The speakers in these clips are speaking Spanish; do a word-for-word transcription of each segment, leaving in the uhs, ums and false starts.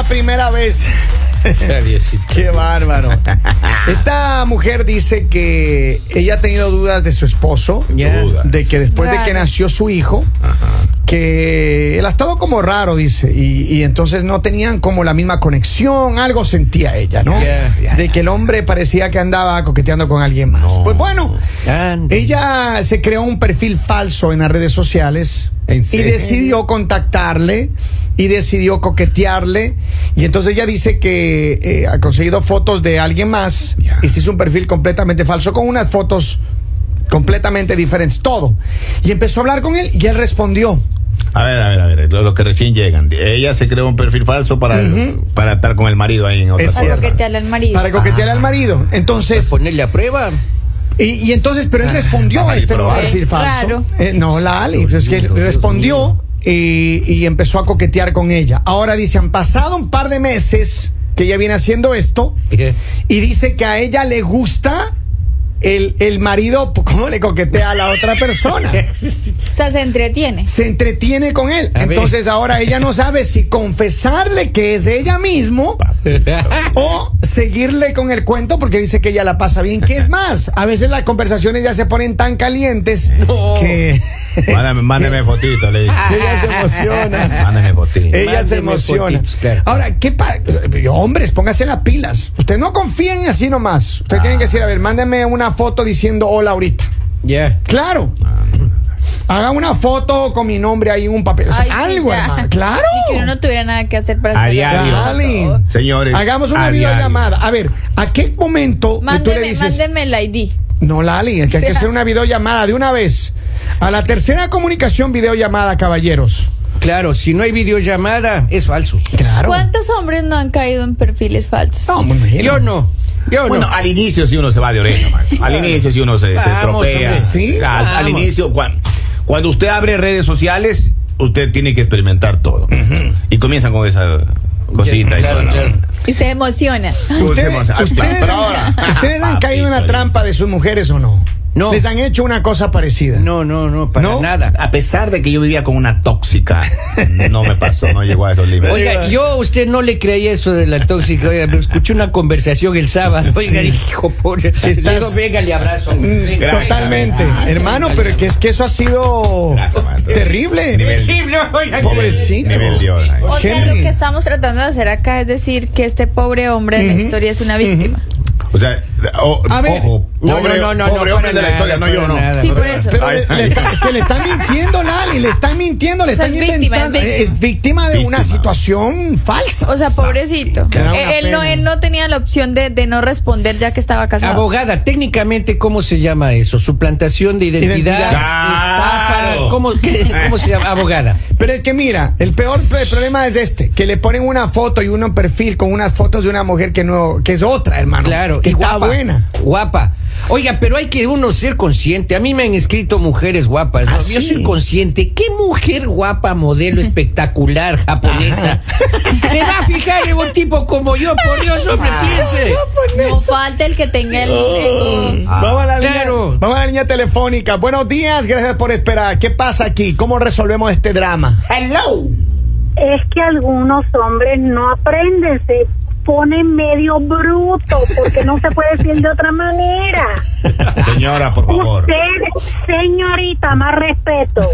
primera vez. Qué bárbaro. Esta mujer dice que ella ha tenido dudas de su esposo, Yeah. de que después Claro. de que nació su hijo, Ajá. que él ha estado como raro, dice, y, y entonces no tenían como la misma conexión, algo sentía ella, ¿no? Yeah, yeah. De que el hombre parecía que andaba coqueteando con alguien más. No. Pues bueno, Ande. ella se creó un perfil falso en las redes sociales ¿En y serio? decidió contactarle y decidió coquetearle, y entonces ella dice que eh, ha conseguido fotos de alguien más Ya. y se hizo un perfil completamente falso con unas fotos completamente diferentes, todo, y empezó a hablar con él y él respondió. A ver, a ver, a ver, los que recién llegan. Ella se creó un perfil falso para, Ujú. para estar con el marido ahí en otra Es cosa. Para cierto. coquetearle al marido. Para coquetearle al marido. Entonces, Ponerle a prueba. y, y entonces, pero él respondió a Ay, este pero nuevo vale. perfil falso. Raro. Eh, no, la Ali, pues es que Dios mío, respondió Dios mío. y, y empezó a coquetear con ella. Ahora dice, han pasado un par de meses que ella viene haciendo esto y dice que a ella le gusta el, el marido, cómo le coquetea a la otra persona. O sea, se entretiene. Se entretiene con él. A ver. Entonces ahora ella no sabe si confesarle que es ella mismo o seguirle con el cuento porque dice que ella la pasa bien. ¿Qué es más? A veces las conversaciones ya se ponen tan calientes No. que Mándame, mándeme fotito, le dice. ella se emociona. Mándeme fotito. Ella se Mándeme emociona. fotitos, claro. Ahora, ¿qué pa- hombres, pónganse las pilas. Ustedes no confíen así nomás. Ustedes tienen que decir, a ver, mándeme una foto diciendo hola ahorita. Ya. Claro. Haga una foto con mi nombre ahí en un papel. O sea, Ay, sí, algo, ya. hermano. Claro. Y que uno no tuviera nada que hacer para A hacer diario. la Dale. foto. Señores, Hagamos una a diario. videollamada. A ver, ¿a qué momento tú le Mándeme, dices? mándeme el I D. No, Lali, es que hay que Será. hacer una videollamada de una vez. A la tercera comunicación, videollamada, caballeros. Claro, si no hay videollamada, es falso. Claro. ¿Cuántos hombres no han caído en perfiles falsos? No, me imagino. Yo no. Yo Bueno, no. al inicio sí uno se va de oreja, man. Al inicio sí uno se, se Vamos, estropea. hombre. Sí, Al, al vamos. inicio, cuando, cuando usted abre redes sociales, usted tiene que experimentar todo. Y comienzan con esa cosita. Claro, y toda la- claro. Y se emociona. Ustedes, Ah, ustedes, pero ahora- ¿ustedes han caído en la Papito, trampa de sus mujeres o no? No. ¿Les han hecho una cosa parecida? No, no, no, para ¿No? nada. A pesar de que yo vivía con una tóxica, no me pasó, no llegó a esos límites. Oiga, yo a usted no le creí eso de la tóxica. Oiga, pero escuché una conversación el sábado. Oiga, Sí. hijo, por... Le Estás- digo, venga, le abrazo. Mm, Venga. Totalmente. Ah, Hermano, pero que es que eso ha sido Gracias, maestro. terrible. Nivel- Sí, no, oiga, Pobrecito. Nivel Dios, ay. O sea, Henry. lo que estamos tratando de hacer acá es decir que este pobre hombre de la historia es una víctima. O sea, o- A ver. ojo, No, pobre, no, no, no, pobre no, hombre para de la nada, historia, no para yo, no. nada. Sí, por eso. Pero Ay, le- ay. le está- es que le está mintiendo, Lali, le está mintiendo, le O sea, están es víctima, inventando. es víctima. Es víctima de una Víctima. situación falsa. O sea, pobrecito. Me da una Eh, él, no, pena. él no tenía la opción de, de no responder ya que estaba casado. Abogada, técnicamente, ¿cómo se llama eso? Suplantación de identidad. Identidad. Estafa, Claro. ¿cómo, qué- ¿Cómo se llama? Abogada. Pero es que mira, el peor pre- problema es este, que le ponen una foto y un perfil con unas fotos de una mujer que no, que es otra, hermano. Claro, que y está guapa, buena. Guapa. Oiga, pero hay que uno ser consciente. A mí me han escrito mujeres guapas, ¿no? ¿Ah, Yo sí? soy consciente. ¿Qué mujer guapa, modelo espectacular, japonesa? Se va a fijar en un tipo como yo, por Dios, hombre, piense. No falta el que tenga el ego. Vamos a la claro. línea, vamos a la línea telefónica. Buenos días, gracias por esperar. ¿Qué pasa aquí? ¿Cómo resolvemos este drama? Hello. Es que algunos hombres no aprenden, se ponen medio bruto, porque no se puede decir de otra manera. Señora, por favor. Usted, señorita, más respeto.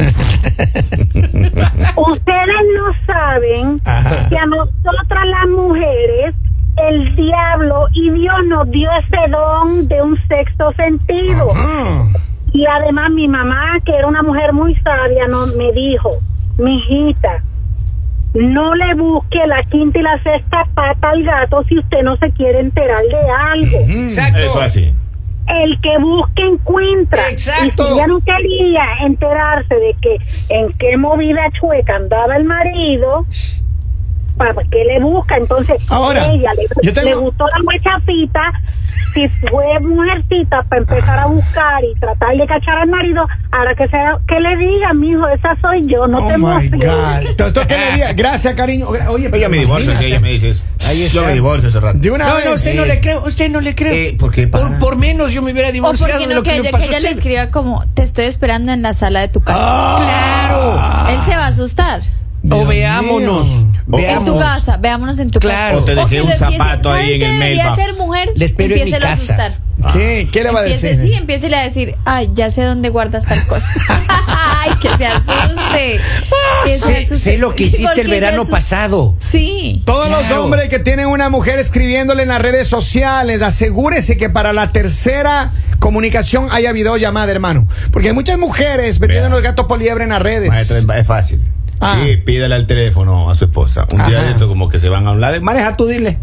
Ustedes no saben Ajá. que a nosotras las mujeres el diablo y Dios nos dio ese don de un sexto sentido. Ah, Y además mi mamá, que era una mujer muy sabia, no me dijo, mijita, no le busque la quinta y la sexta pata al gato si usted no se quiere enterar de algo. Exacto. Eso así. El que busque encuentra. Exacto. Y si ella no quería enterarse de que en qué movida chueca andaba el marido, ¿para qué le busca? Entonces Ahora, ella le, yo tengo- le gustó la muchachita. Si fue mujercita para empezar a buscar y tratar de cachar al marido, ahora que sea, que le diga, mijo, esa soy yo, no oh te my emociones. God. Entonces, ¿qué le diga? Gracias, cariño. Oye, Oye, pero me divorcio si imagínate. ella me dices. Ahí Yo está. me divorcio hace rato. De una No, vez. no, usted no le creo, usted no le creo. Eh, ¿por qué? Por, Para. por menos yo me hubiera O divorciado porque de no lo que que, le ella, pasó que ella a le usted. escriba como, te estoy esperando en la sala de tu casa. Ah. Claro. Él se va a asustar. O veámonos. O- En tu casa, veámonos en tu Claro. casa. O te dejé que un lo empiece- zapato ahí ¿sabe en qué el debería mailbox? ser mujer? Le espero en mi Empiécelo a casa. asustar. ¿Qué? ¿Qué le va a Empiece, decir? sí, empiece a decir, ay, ya sé dónde guardas tal cosa. Ay, que se asuste. Que se Sé, asuste. sé lo que ¿Por hiciste qué el se verano asusta? pasado. Sí. Todos los Claro. hombres que tienen una mujer escribiéndole en las redes sociales, asegúrese que para la tercera comunicación haya videollamada, hermano. Porque hay muchas mujeres vendiendo Vea. los gatos por liebre en las redes. Maestro, es, es fácil. Ah. Sí, pídele al teléfono a su esposa. Un día Ajá. de esto como que se van a hablar. Maneja tú, dile.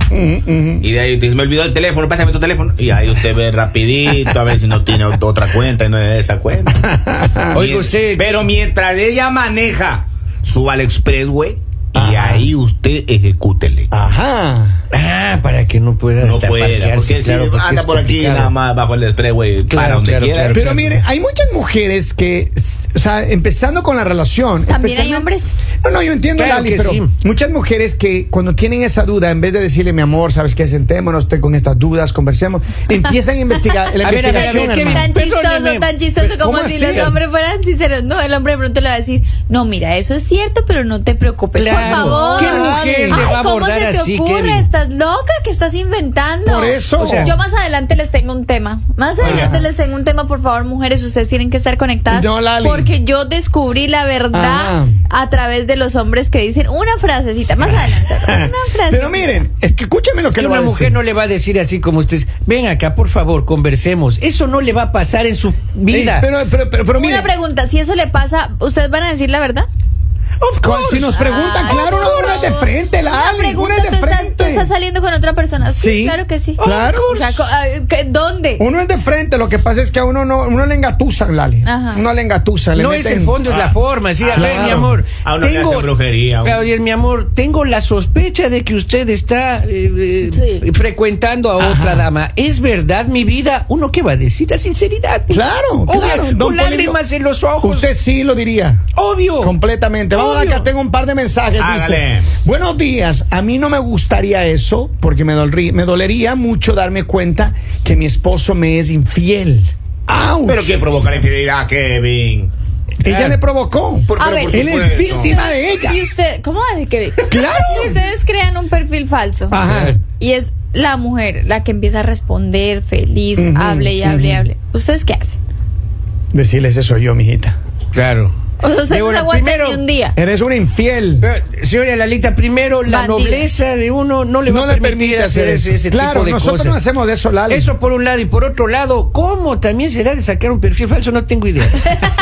Y de ahí te dice, me olvidó el teléfono, pásame tu teléfono. Y ahí usted ve rapidito a ver si no tiene ot- otra cuenta y no es de esa cuenta. Oiga Mien- usted. Pero mientras ella maneja, suba al expressway y Ajá. ahí usted ejecútele. Ajá. Ah, para que no pueda No hasta pueda, parquearse, porque claro, si porque anda es por aquí complicado. nada más bajo el expressway, Claro, para donde claro, quiera. claro. Pero mire, hay muchas mujeres que, s- o sea, empezando con la relación. También hay especialmente- hombres. No, no, yo entiendo, Claro Lali, que pero sí. muchas mujeres que cuando tienen esa duda, en vez de decirle, mi amor, sabes que sentémonos, estoy con estas dudas, conversemos, empiezan a investigar. La A ver, a ver, a ver, investigación, ¿qué hermano. Tan chistoso, Perdóneme. tan chistoso como ¿Cómo si así? los hombres fueran sinceros. No, el hombre de pronto le va a decir, no, mira, eso es cierto, pero no te preocupes, Claro. por favor. ¿Qué mujer le Ay, va a ¿cómo abordar se te así, ocurre? Kevin? ¿Estás loca? ¿Qué estás inventando? Por eso. O sea, Yo más adelante les tengo un tema. Más Oiga. adelante les tengo un tema, por favor, mujeres, ustedes tienen que estar conectadas. No, Lali. Porque yo descubrí la verdad Ajá. a través de los hombres que dicen una frasecita. Más adelante, una frase. Pero miren, es que escúchame lo que Que le voy una a mujer decir. no le va a decir así como usted. Ven acá, por favor, conversemos. Eso no le va a pasar en su vida. Eh, pero, pero, pero, pero mire, Una pregunta, si eso le pasa, ¿ustedes van a decir la verdad? Of cu- course. si nos preguntan, Ay, claro, por uno uno es de favor. frente, Una Lali, uno pregunta, es de ¿tú estás, frente. tú estás saliendo con otra persona? Sí, Sí. claro que sí. Claro. O sea, co- ah, ¿qué- ¿dónde? Uno es de frente, lo que pasa es que a uno no, uno le engatusan, Lali. Ajá. Uno le engatusan. le No es meten- el fondo, es la Ah, forma. Sí, a ver, claro. mi amor. A uno le hace brujería, a uno. Claro, y es, mi amor, tengo la sospecha de que usted está eh, eh, Sí. frecuentando a otra dama. ¿Es verdad, mi vida? ¿Uno qué va a decir? La sinceridad. Claro, Obvio, claro. con Don Polibio, lágrimas en los ojos. Usted sí lo diría. Obvio. Completamente. Vamos Obvio. acá, tengo un par de mensajes. Hágale. Dice, buenos días. A mí no me gustaría eso porque me, dolrí- me dolería mucho darme cuenta que mi esposo me es infiel. ¡Auch! Pero ¿quién provoca la infidelidad, Kevin? Ella Claro. le provocó. Por- A pero ver, por él es supuesto. víctima de ella. Si usted, ¿cómo va a decir que Claro. Si ustedes crean un perfil falso Ajá. y es la mujer la que empieza a responder feliz, Ujú, hable y hable y ujú. hable, ¿ustedes qué hacen? Decirles eso yo, mijita. Claro. O sea, ustedes De no una- se aguantan primero- ni un día. Eres una infiel. Pero, señora Lalita, primero, la Bandida. nobleza de uno no le va No a le permitir permite hacer hacer ese, eso. ese Claro, tipo de nosotros cosas. no hacemos eso, Lali. Eso por un lado. Y por otro lado, ¿cómo también será de sacar un perfil falso? No tengo idea.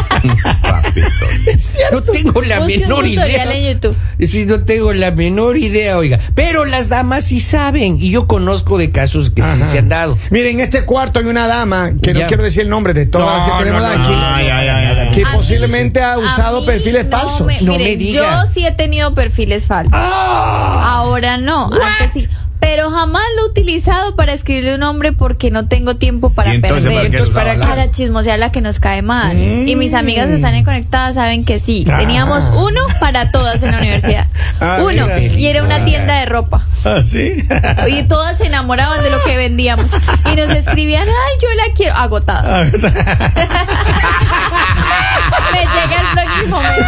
Papito. No tengo la Busque un menor tutorial idea. en YouTube. Sí, no tengo la menor idea, oiga. Pero las damas sí saben. Y yo conozco de casos que sí Ajá. se han dado. Miren, en este cuarto hay una dama, que no Ya. quiero decir el nombre de todas las que No, tenemos no, no, aquí, no, Ay, ay, ay, ay. que A mí- posiblemente ha a usado mí perfiles no falsos. me- No me miren, diga. yo sí he tenido perfiles falsos. ¡Ah! Ahora no, antes sí. Pero jamás lo he utilizado para escribirle a un hombre porque no tengo tiempo para ¿Y entonces perder. para qué lo Entonces, ¿para usaba? qué? Para chismosear la que nos cae mal. Mm. Y mis amigas que están ahí conectadas saben que sí. Ah. Teníamos uno para todas en la universidad. Ah, uno. mira. Y era una tienda de ropa. ¿Ah, sí? Y todas se enamoraban de lo que vendíamos. Y nos escribían, ay, yo la quiero. Agotada. Me llega el próximo mes.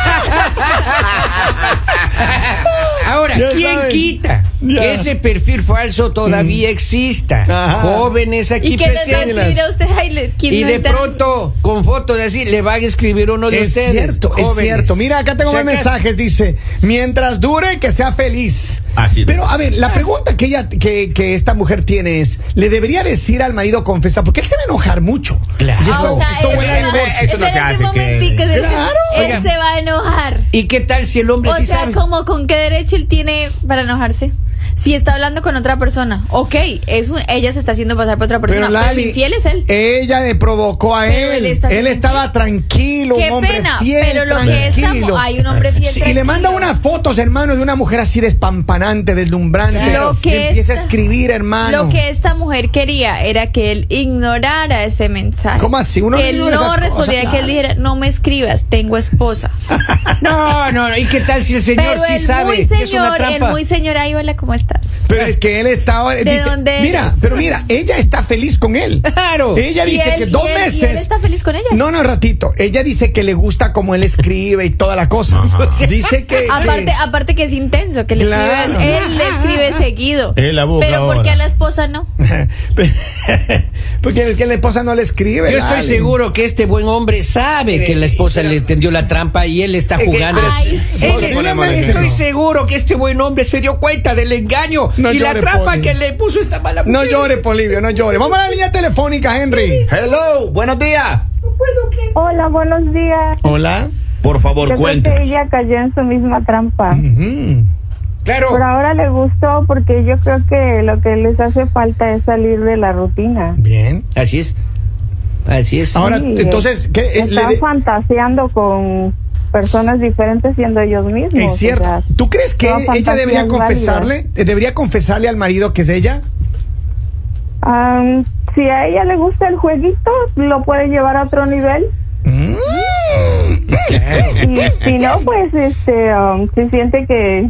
Ahora, Ya ¿quién saben. quita Ya. que ese perfil falso todavía exista? Ajá. Jóvenes aquí ¿Y qué les va a presentes. escribir a usted? Ay, le- ¿quién Y no de está? pronto, con fotos de así, le van a escribir uno de Es ustedes. cierto, es jóvenes. cierto. Mira, acá tengo O sea, más que- mensajes. Dice, mientras dure, que sea feliz. Así. Pero, a ver, la pregunta que ella, que, que esta mujer tiene es, ¿le debería decir al marido confesar? Porque él se va a enojar mucho. Claro. Y esto, Ah, o sea, esto él huele a se va- divorcio. Eso no se espérate hace, un momentico, que- de- Claro. Él Oiga. se va a enojar. ¿Y qué tal si el hombre O sí sea, sabe? como con qué derecho él tiene para enojarse. Si está hablando con otra persona, ok, es un, ella se está haciendo pasar por otra persona, Pero, pero, Lali, el infiel es él. Ella le provocó a Pero él. él está siendo estaba infiel. tranquilo, Qué un hombre pena, fiel, pero lo que es tranquilo. amo- hay un hombre fiel Sí, y le tranquilo. manda unas fotos, hermano, de una mujer así despampanante, deslumbrante. Lo que Y empieza a esta- escribir, hermano. Lo que esta mujer quería era que él ignorara ese mensaje. ¿Cómo así? Uno que no él ignora no esas respondiera, cosas, que él claro. dijera, no me escribas, tengo esposa. No, no, no. ¿Y qué tal si el señor Pero sí el sabe muy que es una señor, el trampa? muy señor, ay, hola, ¿cómo estás? estás? Pero es que él está ahora. ¿De Dice, dónde mira, eres? pero mira, ella está feliz con él. Claro. Ella ¿Y dice él- que y dos él- meses. y él está feliz con ella? No, no, ratito. Ella dice que le gusta cómo él escribe y toda la cosa. Dice que. Aparte, que- aparte que es intenso, que le Claro. escribe, él le escribe seguido. Él la busca Pero ¿por ahora. qué a la esposa no? Porque es que la esposa no le escribe. Yo estoy Lali. seguro que este buen hombre sabe que la esposa le tendió la trampa y él está Es que- jugando. Ay, Él- sí. Posiblemente estoy no. seguro que este buen hombre se dio cuenta del engaño No y la llore, trampa Poli. que le puso esta mala No mujer. llore, Polivio, no llore. Vamos a la línea telefónica, Henry. Hello, buenos días. Hola, buenos días. Hola. Por favor, Yo creo que cuéntenos. ella cayó en su misma trampa. Ujú. Claro. Pero ahora le gustó porque yo creo que lo que les hace falta es salir de la rutina. Bien. Así es. Así es. Ahora, Sí, entonces, ¿qué? Eh, Están le de- fantaseando con personas diferentes siendo ellos mismos. Es cierto. o sea, ¿Tú crees que toda ella fantasía debería es confesarle? eh, ¿Debería confesarle al marido que es ella? am, si a ella le gusta el jueguito, lo puede llevar a otro nivel. Mm. Y si no, pues este, um, si siente que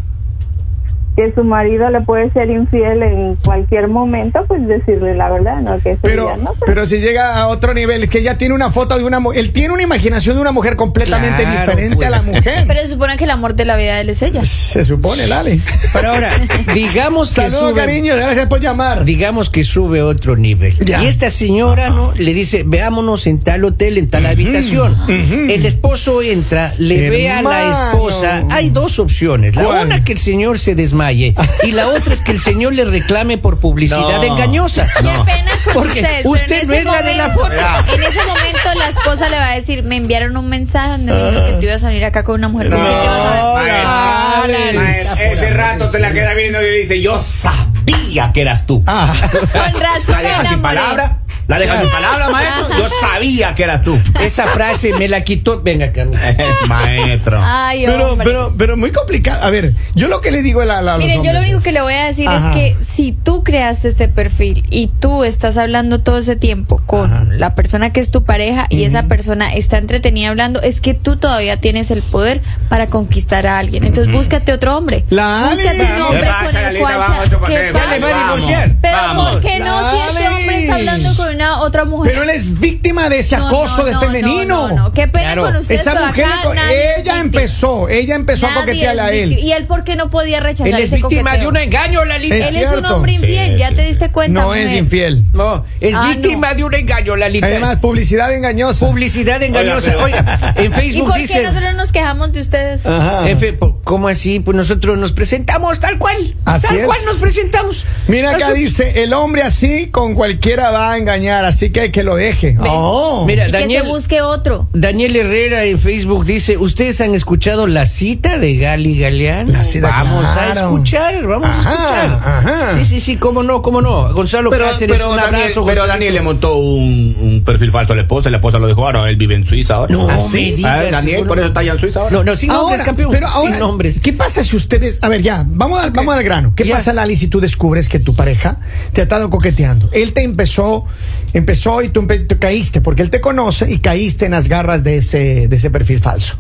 que su marido le puede ser infiel en cualquier momento, pues decirle la verdad, ¿no? Que ese Pero, día no, pues, pero si llega a otro nivel, es que ella tiene una foto de una mujer, él tiene una imaginación de una mujer completamente Claro, diferente pues. a la mujer. Pero se supone que el amor de la vida de él es ella. Se supone, Lali. Pero ahora, digamos que Saludos, sube, cariño, gracias por llamar. digamos que sube otro nivel. Ya. Y esta señora, ¿no? Le dice, veámonos en tal hotel, en tal habitación. El esposo entra, le ve a la Hermano. esposa. Hay dos opciones. La ¿Cuál? una, que el señor se desmaye. Y la otra es que el señor le reclame por publicidad No. engañosa. Qué pena con Porque ustedes. usted pero en no ese es la de la momento- foto. En ese momento la esposa le va a decir, me enviaron un mensaje donde me dijeron que tú ibas a venir acá con una mujer. ¿Con quién te vas a ver? Ah, Lali. Lali. Ese rato se la queda viendo y le dice, yo sabía que eras tú. Ah. Con razón La me deja sin enamoré. palabra. La deja sin palabra, maestro. Yo sabía que eras tú. Esa frase me la quitó. Venga, Carmen. Maestro. Ay, Pero, hombre. pero, pero muy complicado. A ver, yo lo que le digo a, la, a los Miren, yo lo hombres único es- que le voy a decir Ajá. es que si tú creaste este perfil y tú estás hablando todo ese tiempo con Ajá. la persona que es tu pareja y esa persona está entretenida hablando, es que tú todavía tienes el poder para conquistar a alguien. Entonces búscate otro hombre. La Búscate Ale. un hombre ¿Qué pasa, con el Lalita? cual Vamos, sea- esto ¿Qué pasa, Ya le va a pasa? divorciar. Pero Vamos. ¿por qué no si ese Dale. hombre está hablando con una otra mujer? Pero él es víctima de ese No, acoso no, de no, femenino. No, no, no. Qué pena Claro. con ustedes. Esa pero mujer, acá le co- nadie es ella víctima. empezó, ella empezó a Nadie coquetearle es a él. víctima. ¿Y él por qué no podía rechazar Él es ese víctima coqueteo? de un engaño, Lalita. Es Él es un cierto. hombre infiel, Sí, ya sí, te diste cuenta. No es mujer. infiel. No, es Ah, víctima no. de un engaño, Lalita. Además, publicidad engañosa. Publicidad engañosa. pero- Oiga, en ¿Y Facebook por qué dice. nosotros nos quejamos de ustedes? Ajá. en fe- po- ¿Cómo así? Pues nosotros nos presentamos tal cual. Así tal es. cual nos presentamos. Mira acá Eso- dice, el hombre así con cualquiera va a engañar, así que que lo deje. Oh. Mira, Y Daniel- que se busque otro. Daniel Herrera en Facebook dice, ¿ustedes han escuchado la cita de Gali Galeano? La cita, vamos a claro. escuchar, vamos Ajá, a escuchar. ajá. Sí, sí, sí, cómo no, cómo no. Gonzalo Pero, Cáceres, pero un Daniel, abrazo. pero Gonzalito. Daniel le montó un, un perfil falso a la esposa y la esposa lo dejó. Ahora él vive en Suiza ahora. No, ¿Ah, me sí? digas, Ah, Daniel, seguro. por eso está allá en Suiza ahora. No, no, sin nombres, Ahora, campeón. pero ahora, sin nombres. ¿qué pasa si ustedes, a ver ya, vamos al, vamos al grano. ¿Qué Ya. pasa, Lali, si tú descubres que tu pareja te ha estado coqueteando? Él te empezó, empezó y tú, empe- tú caíste, porque él te conoce y caíste en las garras de ese, de ese perfil falso.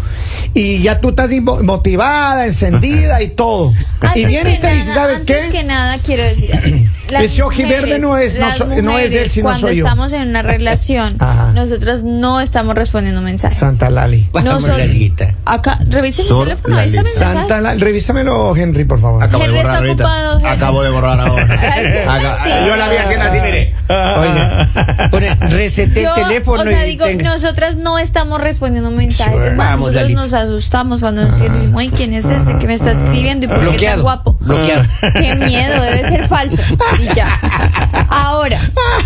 Y ya tú estás invo- motivada, encendida y todo. y Antes viene y que te dice, nada- ¿sabes antes qué? que nada quiero decir algo. Las Ese ojiverde no es- no las so- no es mujeres, él, sino cuando soy yo. estamos en una relación, Ajá. nosotros no estamos respondiendo mensajes. Santa Lali. Vamos, Nosotros- Lalita. Acá, revisen mi Sor teléfono, ahí está mi Lalita. mensaje. Santa Lali, revísamelo, Henry, por favor. Acabo de Henry borrar está ahorita. ocupado, Henry. Acabo de borrar ahora. Ay, qué Acá- mentira. yo la vi haciendo así, mire. Oiga, pone, recete Yo, el teléfono o sea, y digo, tenga- nosotras no estamos respondiendo mensajes. Sure. hermano. Vamos, nosotros Lalita. nos asustamos cuando nos escriben. Decimos, ay, ¿quién es ese que me está escribiendo? ¿Y por qué tan Bloqueado. guapo? Bloqueado. Qué miedo, debe ser falso. Y ya. Ahora,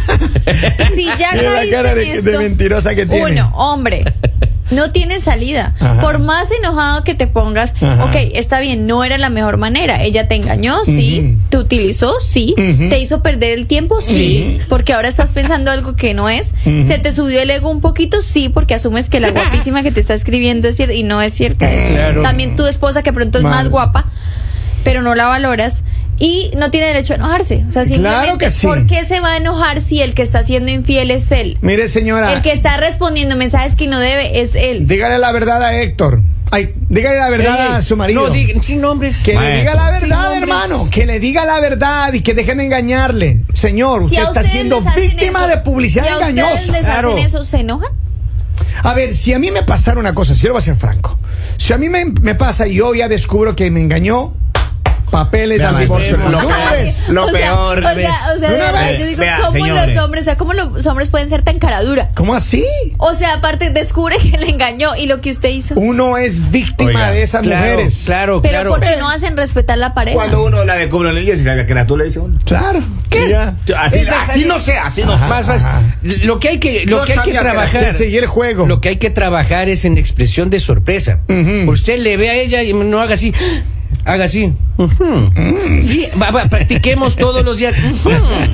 si ya Mira la caíste cara en de- esto, de mentirosa que tiene. Uno, hombre, no tiene salida. Ajá. Por más enojado que te pongas, Ajá. ok, está bien, no era la mejor manera. Ella te engañó, sí. Ujú. Te utilizó, sí. Ujú. Te hizo perder el tiempo, sí. Porque ahora estás pensando algo que no es. Se te subió el ego un poquito, sí, porque asumes que la guapísima que te está escribiendo es cierta y no es cierta. Es Claro. también tu esposa que pronto es Mal. más guapa, pero no la valoras. Y no tiene derecho a enojarse. O sea, simplemente, Claro que sí. ¿por qué se va a enojar si el que está siendo infiel es él? Mire, señora, El que está respondiendo mensajes que no debe es él. dígale la verdad a Héctor. Ay, dígale la verdad Ey, a su marido. No, diga, sin nombres. Que le Maestro. diga la Sin verdad, nombres. hermano. Que le diga la verdad y que dejen de engañarle. Señor, Si usted a está ustedes siendo les hacen víctima eso, de publicidad si a ustedes engañosa. les Claro. hacen eso, ¿se enojan? A ver, si a mí me pasara una cosa, si yo le voy a ser franco. Si a mí me, me pasa y yo ya descubro que me engañó, papeles Vea, al divorcio. maestro, ¿De lo una peor. vez? Lo o sea, peor, o sea, ¿ves? o sea, De de una verdad, vez. yo digo, Vea, ¿cómo señores. los hombres, o sea, cómo los hombres pueden ser tan caradura? ¿Cómo así? O sea, aparte descubre que le engañó y lo que usted hizo. Uno es víctima Oiga, de esas Claro, mujeres. claro, Pero claro. ¿por qué no hacen respetar la pareja? Cuando uno la descubre en el día, si la que tú le dices uno. Claro. ¿Qué? Ya. Así, Es de así salir- no sea, así no. Más, más. Lo que hay que, lo Yo que hay que sabía que era- trabajar. que seguir el juego. Lo que hay que trabajar es en expresión de sorpresa. Ujú. Usted le ve a ella y no haga así. Haga así. Ujú. Sí, va, va, practiquemos todos los días. Ujú.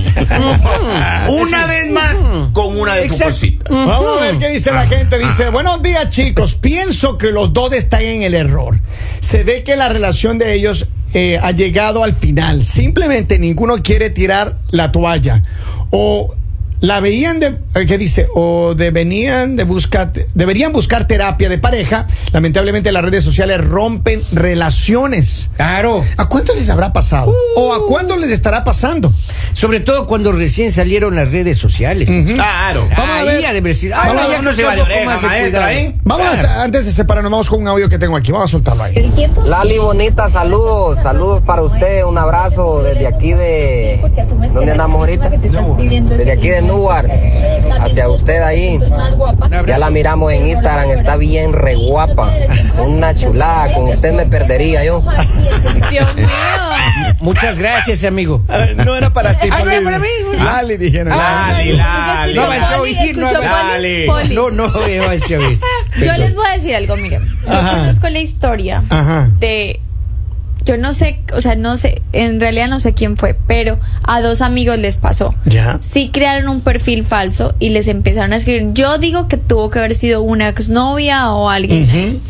Ujú. Una vez más, con una de tus Exacto. cositas. Vamos a ver qué dice la gente. Dice, buenos días chicos, pienso que los dos están en el error. Se ve que la relación de ellos eh, ha llegado al final. Simplemente ninguno quiere tirar la toalla. O la veían de, eh, ¿qué dice? O deberían de buscar, deberían buscar terapia de pareja. Lamentablemente las redes sociales rompen relaciones. Claro. ¿A cuánto les habrá pasado? ¿O a cuándo les estará pasando? Sobre todo cuando recién salieron las redes sociales. Claro. Vamos a ver. Ahí ha de ver- Ay, Ahora no, ya no que se un va de poco oreja, más de maestra, cuidado. ¿eh? Vamos a, antes de separarnos, vamos con un audio que tengo aquí. Vamos a soltarlo ahí. Lali bonita, saludos, saludos para usted, un abrazo desde aquí de, ¿dónde andamos ahorita? Desde aquí de Newark, hacia usted ahí, ya la miramos en Instagram, está bien re guapa, una chulada, con usted me perdería yo. Dios mío. Muchas gracias, amigo. No era para ti, Ah, no era para mí. Lali, dijeron. Lali, Lali. No Escuchó vas a Poli, oír, no escuchó vas- Poli, Dale. Poli. No, no, me vas a oír. Yo Perdón. les voy a decir algo, miren. Yo Ajá. conozco la historia Ajá. de. Yo no sé, o sea, no sé, en realidad no sé quién fue, pero a dos amigos les pasó. Ya. Sí crearon un perfil falso y les empezaron a escribir. Yo digo que tuvo que haber sido una exnovia o alguien. Ujú.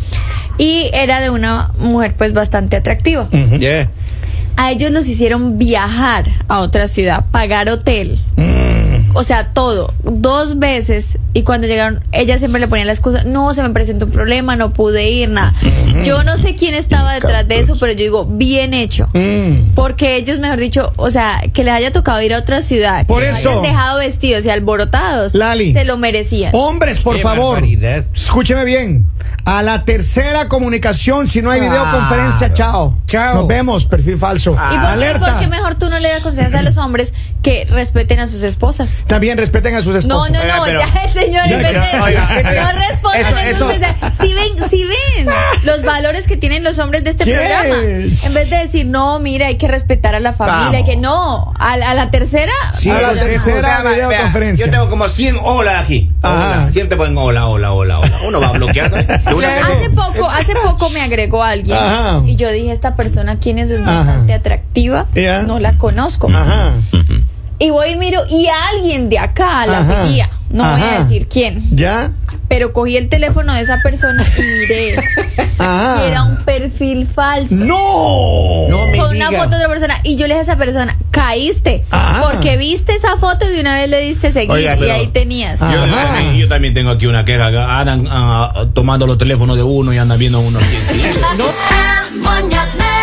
Y era de una mujer pues bastante atractiva. Ya. A ellos los hicieron viajar a otra ciudad, pagar hotel. O sea, todo, dos veces. Y cuando llegaron, ella siempre le ponía la excusa, no, se me presentó un problema, no pude ir, nada. Yo no sé quién estaba detrás de eso, pero yo digo, bien hecho. Mm. Porque ellos, mejor dicho, o sea, que les haya tocado ir a otra ciudad, Por que los eso. hayan dejado vestidos y alborotados, Lali. se lo merecían. Hombres, por Qué favor, barbaridad. escúcheme bien. A la tercera comunicación, si no hay videoconferencia, chao. Chao. Nos vemos, perfil falso. ¿Y por qué, Alerta. por qué mejor tú no le das consejos a los hombres que respeten a sus esposas? También respeten a sus No, esposas. no, Oiga, no, pero- ya el señor Ya, en vez de- oiga, oiga. no respondan Eso- esos eso- mensajes. Si ven, si ven los valores que tienen los hombres de este Yes. programa, en vez de decir no, mira, hay que respetar a la familia, hay Vamos. que no, a, la- a la tercera, Sí, a la consejo. tercera O sea, vea, videoconferencia. yo tengo como cien hola aquí. Ajá. Hola. Siempre ponen hola, hola, hola, hola. Uno va bloqueando. De una vez. hace poco, hace poco me agregó alguien Ajá. y yo dije esta persona quién es, es Ajá. bastante atractiva, Ya. no la conozco. Ajá. Y voy y miro y alguien de acá la Ajá. seguía, no voy a Ajá. decir quién. ¿Ya? Pero cogí el teléfono de esa persona y miré. Ajá. Y era un perfil falso. ¡No! No me Con diga. una foto de otra persona. Y yo le dije a esa persona, caíste. Ajá. Porque viste esa foto y de una vez le diste seguir. Oiga, y pero- ahí tenías. Ah. Yo, Ajá. también, yo también tengo aquí una queja. que Andan ah, tomando los teléfonos de uno y andan viendo uno. El mañanero